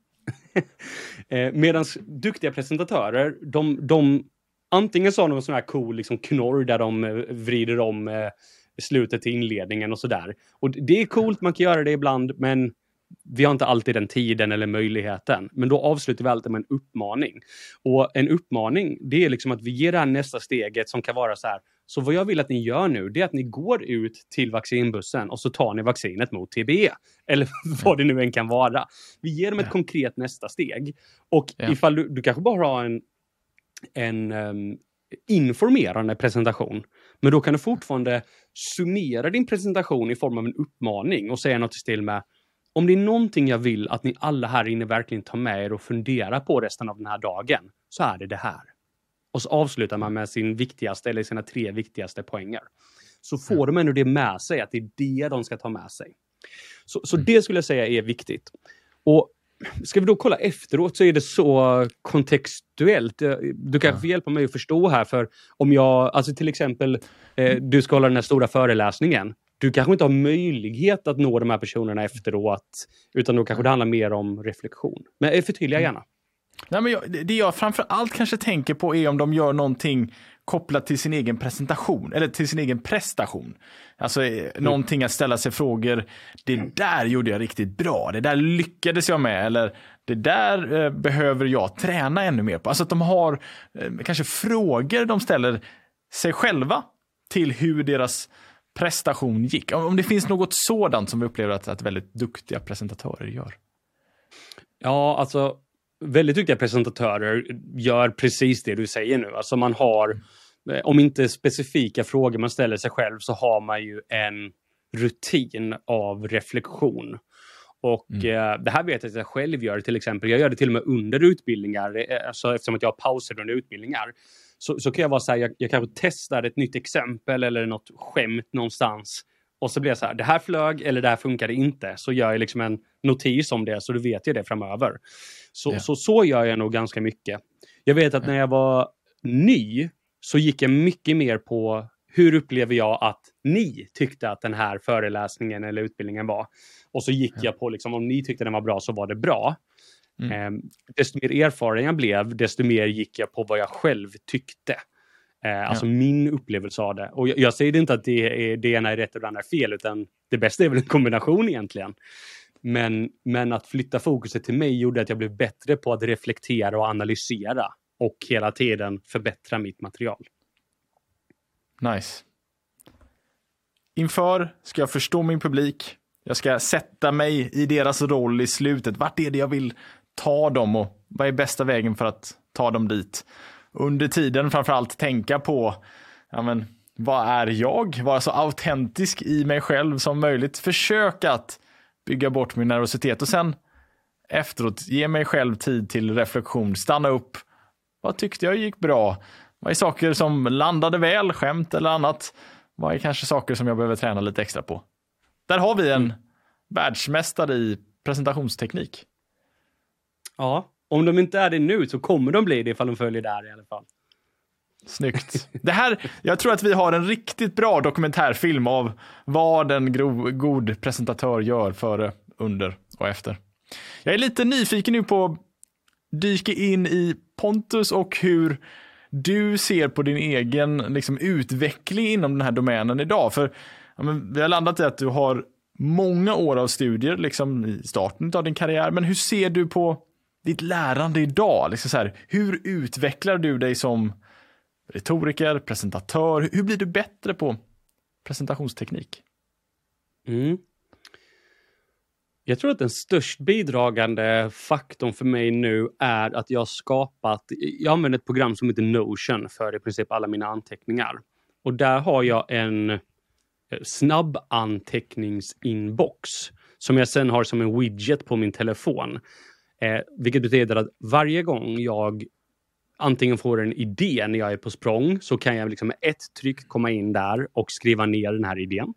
eh, Medan duktiga presentatörer, de, de antingen sa någon sån här cool liksom knorr där de eh, vrider om eh, slutet till inledningen och sådär. Och det är coolt, man kan göra det ibland, men vi har inte alltid den tiden eller möjligheten. Men då avslutar vi alltid med en uppmaning. Och en uppmaning, det är liksom att vi ger det här nästa steget som kan vara så här. Så vad jag vill att ni gör nu, det är att ni går ut till vaccinbussen och så tar ni vaccinet mot T B E. Eller vad det nu än kan vara. Vi ger dem ett ja. konkret nästa steg. Och ja. ifall du, du kanske bara har en, en um, informerande presentation. Men då kan du fortfarande summera din presentation i form av en uppmaning och säga något i stil med: om det är någonting jag vill att ni alla här inne verkligen tar med er och funderar på resten av den här dagen, så är det det här. Och så avslutar man med sin viktigaste eller sina tre viktigaste poänger. Så får mm. de ändå det med sig, att det är det de ska ta med sig. Så, så mm. det skulle jag säga är viktigt. Och ska vi då kolla efteråt så är det så kontextuellt. Du kan ja. få hjälpa mig att förstå här, för om jag, alltså till exempel, eh, du ska hålla den här stora föreläsningen. Du kanske inte har möjlighet att nå de här personerna efteråt, utan då kanske det handlar mer om reflektion. Men förtydliga gärna. Nej, men jag, det jag framför allt kanske tänker på är om de gör någonting kopplat till sin egen presentation eller till sin egen prestation. Alltså mm. någonting att ställa sig frågor, det där gjorde jag riktigt bra, det där lyckades jag med, eller det där eh, behöver jag träna ännu mer på. Alltså att de har eh, kanske frågor de ställer sig själva till hur deras prestation gick. Om det finns något sådant som vi upplever att, att väldigt duktiga presentatörer gör. Ja, alltså väldigt duktiga presentatörer gör precis det du säger nu. Alltså man har, om inte specifika frågor man ställer sig själv, så har man ju en rutin av reflektion. Och mm. eh, det här vet jag att jag själv gör till exempel. Jag gör det till och med under utbildningar. Alltså eftersom att jag har pauser under utbildningar. Så, så kan jag vara så här, jag, jag kanske testar ett nytt exempel eller något skämt någonstans. Och så blir jag så här, det här flög eller det här funkade inte. Så gör jag liksom en notis om det så du vet jag det framöver. Så, ja. så, så gör jag nog ganska mycket. Jag vet att när jag var ny så gick jag mycket mer på hur upplever jag att ni tyckte att den här föreläsningen eller utbildningen var. Och så gick ja. jag på liksom, om ni tyckte den var bra så var det bra. Mm. Eh, desto mer erfaren jag blev, desto mer gick jag på vad jag själv tyckte. Eh, alltså ja. min upplevelse av det. Och jag, jag säger inte att det, är, det ena är rätt och det andra är fel, utan det bästa är väl en kombination egentligen. Men, men att flytta fokuset till mig gjorde att jag blev bättre på att reflektera och analysera. Och hela tiden förbättra mitt material. Nice. Inför ska jag förstå min publik. Jag ska sätta mig i deras roll i slutet. Vart är det jag vill ta dem och vad är bästa vägen för att ta dem dit? Under tiden framförallt tänka på ja men, vad är jag? Vara så autentisk i mig själv som möjligt. Försök att bygga bort min nervositet och sen efteråt ge mig själv tid till reflektion. Stanna upp. Vad tyckte jag gick bra? Vad är saker som landade väl, skämt eller annat? Vad är kanske saker som jag behöver träna lite extra på? Där har vi en mm. världsmästare i presentationsteknik. Ja, om de inte är det nu så kommer de bli det ifall de följer där i alla fall. Snyggt. Det här, jag tror att vi har en riktigt bra dokumentärfilm av vad en grov, god presentatör gör före, under och efter. Jag är lite nyfiken nu på att dyka in i Pontus och hur du ser på din egen liksom, utveckling inom den här domänen idag. För ja, men, vi har landat i att du har många år av studier liksom, i starten av din karriär. Men hur ser du på ditt lärande idag? Liksom så här, hur utvecklar du dig som retoriker, presentatör? Hur blir du bättre på presentationsteknik? Mm. Jag tror att den störst bidragande faktorn för mig nu är att jag har skapat, jag använder ett program som heter Notion för i princip alla mina anteckningar. Och där har jag en snabb anteckningsinbox som jag sen har som en widget på min telefon. Eh, vilket betyder att varje gång jag antingen får en idé när jag är på språng så kan jag liksom med ett tryck komma in där och skriva ner den här idén.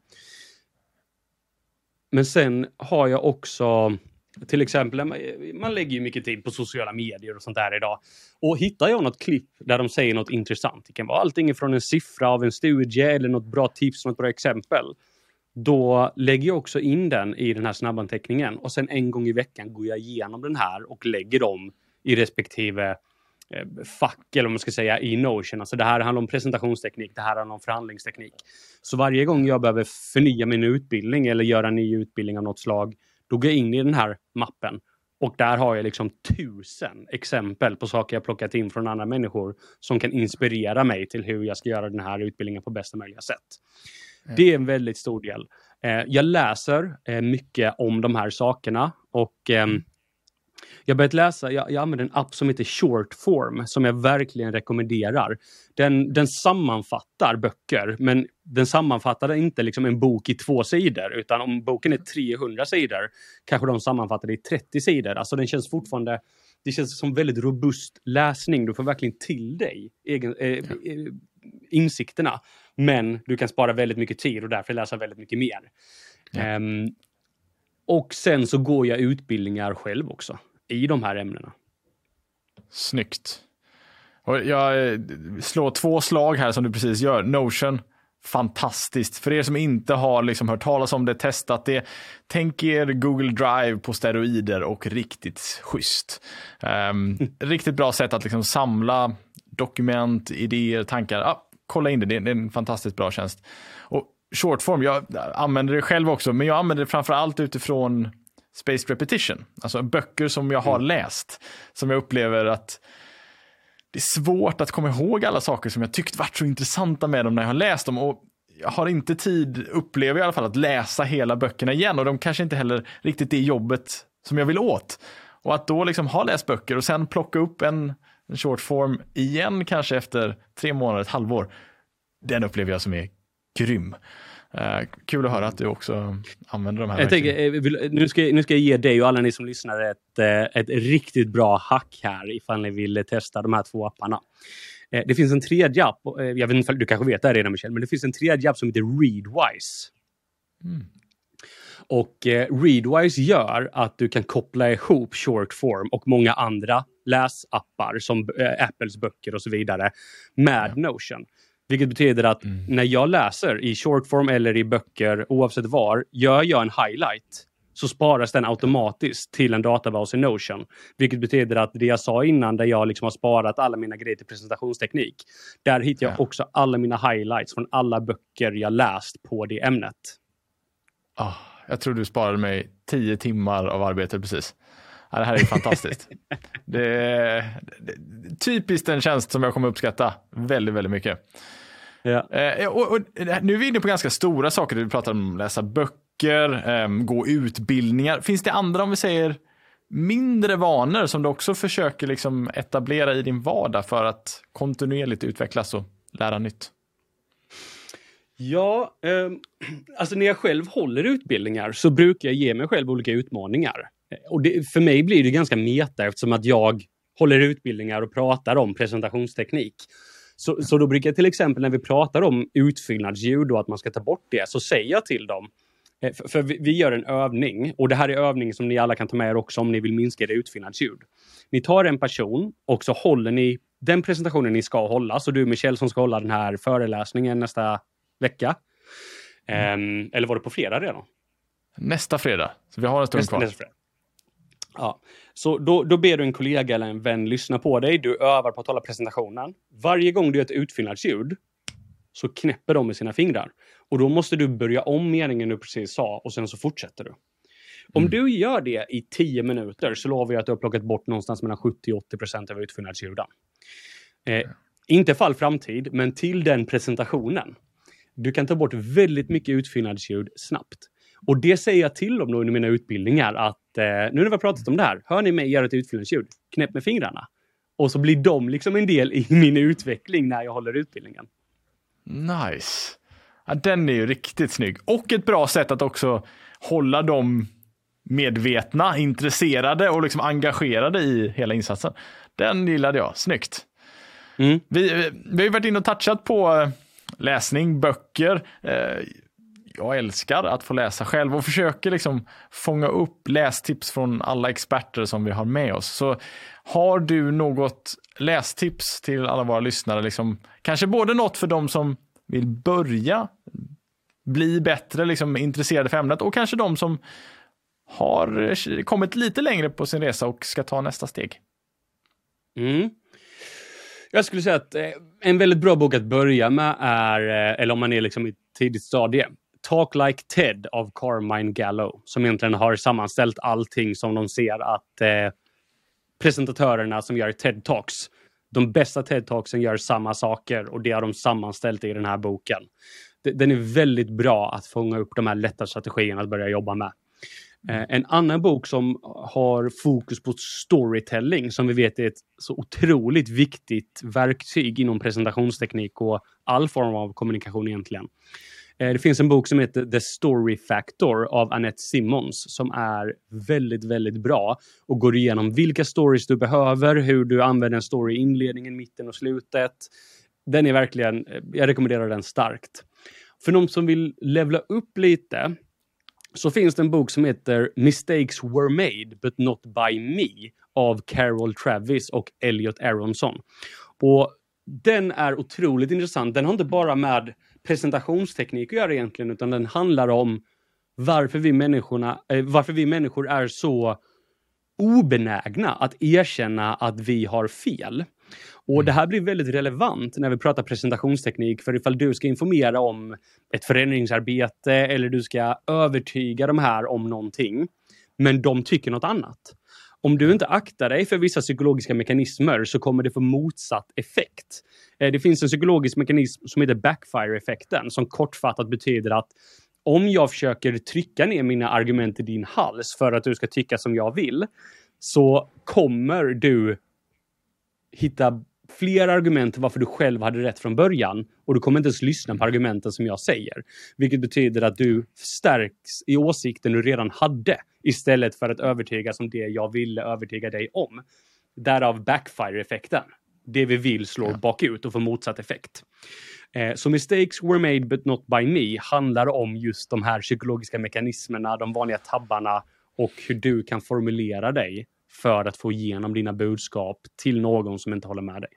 Men sen har jag också, till exempel, man lägger ju mycket tid på sociala medier och sånt där idag. Och hittar jag något klipp där de säger något intressant, det kan vara allting från en siffra av en studie eller något bra tips, något bra exempel. Då lägger jag också in den i den här snabbanteckningen. Och sen en gång i veckan går jag igenom den här och lägger dem i respektive fack, eller vad man ska säga, i Notion. Alltså det här handlar om presentationsteknik, det här handlar om förhandlingsteknik. Så varje gång jag behöver förnya min utbildning eller göra en ny utbildning av något slag, då går jag in i den här mappen. Och där har jag liksom tusen exempel på saker jag plockat in från andra människor som kan inspirera mig till hur jag ska göra den här utbildningen på bästa möjliga sätt. Mm. Det är en väldigt stor del. Jag läser mycket om de här sakerna och mm. Jag har börjat läsa, jag, jag använder en app som heter Shortform som jag verkligen rekommenderar. Den, den sammanfattar böcker, men den sammanfattar inte liksom en bok i två sidor, utan om boken är trehundra sidor kanske de sammanfattar det i trettio sidor. Alltså den känns fortfarande, det känns som väldigt robust läsning. Du får verkligen till dig egen, eh, ja. insikterna, men du kan spara väldigt mycket tid och därför läsa väldigt mycket mer. Ja. Um, och sen så går jag utbildningar själv också i de här ämnena. Snyggt. Och jag slår två slag här som du precis gör. Notion, fantastiskt. För er som inte har liksom hört talas om det, testat det, tänk er Google Drive på steroider och riktigt schysst. Um, riktigt bra sätt att liksom samla dokument, idéer, tankar. Ah, kolla in det, det är en fantastiskt bra tjänst. Och Shortform, jag använder det själv också, men jag använder det framförallt utifrån spaced repetition, alltså böcker som jag har mm. läst, som jag upplever att det är svårt att komma ihåg alla saker som jag tyckt varit så intressanta med dem när jag har läst dem, och jag har inte tid, upplever jag i alla fall, att läsa hela böckerna igen, och de kanske inte heller riktigt det jobbet som jag vill åt. Och att då liksom ha läst böcker och sen plocka upp en, en short form igen kanske efter tre månader, ett halvår, den upplever jag som är grym. Uh, kul att höra att du också använder de här. Jag tänker, nu, ska, nu ska jag ge dig och alla ni som lyssnar ett, ett riktigt bra hack här ifall ni vill testa de här två apparna. Det finns en tredje app, jag vet inte om du kanske vet det här redan, Michel, men det finns en tredje app som heter Readwise. Mm. Och eh, Readwise gör att du kan koppla ihop shortform och många andra läsappar som eh, Apples böcker och så vidare med ja. Notion. Vilket betyder att mm. när jag läser i shortform eller i böcker, oavsett var, gör jag en highlight så sparas den automatiskt till en databas i Notion. Vilket betyder att det jag sa innan, där jag liksom har sparat alla mina grejer till presentationsteknik, där hittar jag ja. också alla mina highlights från alla böcker jag läst på det ämnet. Oh, jag tror du sparade mig tio timmar av arbete precis. Ja, det här är fantastiskt. Det är, det är typiskt en tjänst som jag kommer uppskatta väldigt, väldigt mycket. Ja. Eh, och, och, nu är vi inne på ganska stora saker. Du pratar om läsa böcker, eh, gå utbildningar. Finns det andra, om vi säger mindre vanor, som du också försöker liksom etablera i din vardag för att kontinuerligt utvecklas och lära nytt? Ja, eh, alltså när jag själv håller utbildningar så brukar jag ge mig själv olika utmaningar. Och det, för mig blir det ganska meta, eftersom att jag håller utbildningar och pratar om presentationsteknik. Så, så då brukar jag till exempel, när vi pratar om utfyllnadsljud och att man ska ta bort det, så säger jag till dem, för, för vi, vi gör en övning, och det här är övning som ni alla kan ta med er också om ni vill minska det utfyllnadsljud. Ni tar en person och så håller ni den presentationen ni ska hålla. Så du, Michel, som ska hålla den här föreläsningen nästa vecka. Mm. Um, eller var det på fredag redan? Nästa fredag. Så vi har en stund nästa, kvar. Nästa fredag. Ja, så då, då ber du en kollega eller en vän lyssna på dig. Du övar på att hålla presentationen. Varje gång du gör ett utfyllnadsljud så knäpper de med sina fingrar. Och då måste du börja om meningen du precis sa, och sen så fortsätter du. Om mm. du gör det i tio minuter så lovar jag att du har plockat bort någonstans mellan sjuttio till åttio procent av utfyllnadsljuden. Eh, mm. Inte för all framtid, men till den presentationen. Du kan ta bort väldigt mycket utfyllnadsljud snabbt. Och det säger jag till dem då i mina utbildningar, att eh, nu när vi har pratat om det här, hör ni mig göra ett utfyllnadsljud, knäpp med fingrarna. Och så blir de liksom en del i min utveckling när jag håller utbildningen. Nice. Ja, den är ju riktigt snygg. Och ett bra sätt att också hålla dem medvetna, intresserade och liksom engagerade i hela insatsen. Den gillade jag. Snyggt. Mm. Vi, vi har ju varit inne och touchat på läsning, böcker. Jag älskar att få läsa själv och försöker liksom fånga upp lästips från alla experter som vi har med oss. Så har du något lästips till alla våra lyssnare? Liksom, kanske både något för de som vill börja bli bättre, liksom intresserade för ämnet, och kanske de som har kommit lite längre på sin resa och ska ta nästa steg. Mm. Jag skulle säga att en väldigt bra bok att börja med är, eller om man är liksom i ett tidigt stadie, Talk Like Ted av Carmine Gallo, som egentligen har sammanställt allting som de ser att eh, presentatörerna som gör TED Talks, de bästa TED Talksen gör samma saker, och det har de sammanställt i den här boken. Den är väldigt bra att fånga upp de här lätta strategierna att börja jobba med. Eh, en annan bok som har fokus på storytelling, som vi vet är ett så otroligt viktigt verktyg inom presentationsteknik och all form av kommunikation egentligen. Eh, det finns en bok som heter The Story Factor av Annette Simmons, som är väldigt, väldigt bra och går igenom vilka stories du behöver, hur du använder en story i inledningen, mitten och slutet. Den är verkligen, jag rekommenderar den starkt. För de som vill levla upp lite, så finns det en bok som heter Mistakes Were Made But Not By Me av Carol Travis och Elliot Aronson. Och den är otroligt intressant. Den har inte bara med presentationsteknik att göra egentligen, utan den handlar om varför vi, människorna, eh, varför vi människor är så obenägna att erkänna att vi har fel. Och det här blir väldigt relevant när vi pratar presentationsteknik, för ifall du ska informera om ett förändringsarbete eller du ska övertyga de här om någonting, men de tycker något annat. Om du inte aktar dig för vissa psykologiska mekanismer så kommer det få motsatt effekt. Det finns en psykologisk mekanism som heter backfire-effekten, som kortfattat betyder att om jag försöker trycka ner mina argument i din hals för att du ska tycka som jag vill, så kommer du hitta fler argument varför du själv hade rätt från början, och du kommer inte ens lyssna på argumenten som jag säger. Vilket betyder att du stärks i åsikten du redan hade, istället för att övertyga som det jag ville övertyga dig om. Därav backfire-effekten. det vi vill slår ja. bakut och får motsatt effekt. Eh, så mistakes were made but not by me handlar om just de här psykologiska mekanismerna, de vanliga tabbarna och hur du kan formulera dig för att få igenom dina budskap till någon som inte håller med dig.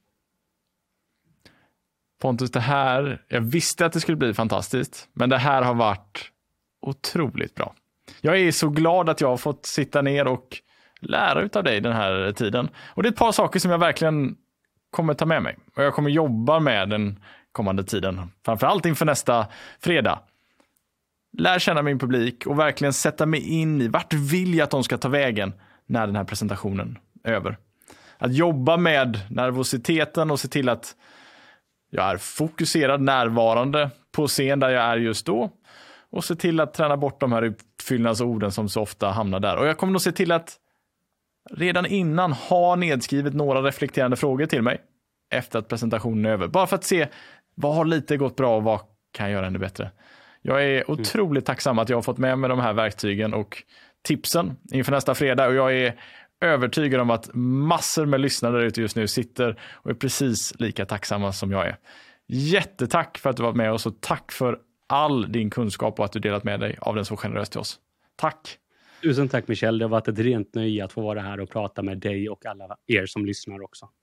Pontus, det här, jag visste att det skulle bli fantastiskt, men det här har varit otroligt bra. Jag är så glad att jag har fått sitta ner och lära utav dig den här tiden. Och det är ett par saker som jag verkligen kommer ta med mig. Och jag kommer jobba med den kommande tiden. Framförallt inför nästa fredag. Lär känna min publik och verkligen sätta mig in i vart vill jag att de ska ta vägen när den här presentationen är över. Att jobba med nervositeten och se till att jag är fokuserad, närvarande på scen där jag är just då. Och se till att träna bort de här uppfyllnadsorden som så ofta hamnar där. Och jag kommer nog se till att redan innan ha nedskrivet några reflekterande frågor till mig efter att presentationen är över. Bara för att se vad har lite gått bra och vad kan jag göra ännu bättre. Jag är otroligt tacksam att jag har fått med mig de här verktygen och tipsen inför nästa fredag. Och jag är övertygad om att massor med lyssnare där ute just nu sitter och är precis lika tacksamma som jag är. Jättetack för att du var med oss och tack för all din kunskap och att du delat med dig av den så generöst till oss. Tack! Tusen tack Michel, det har varit ett rent nöje att få vara här och prata med dig och alla er som lyssnar också.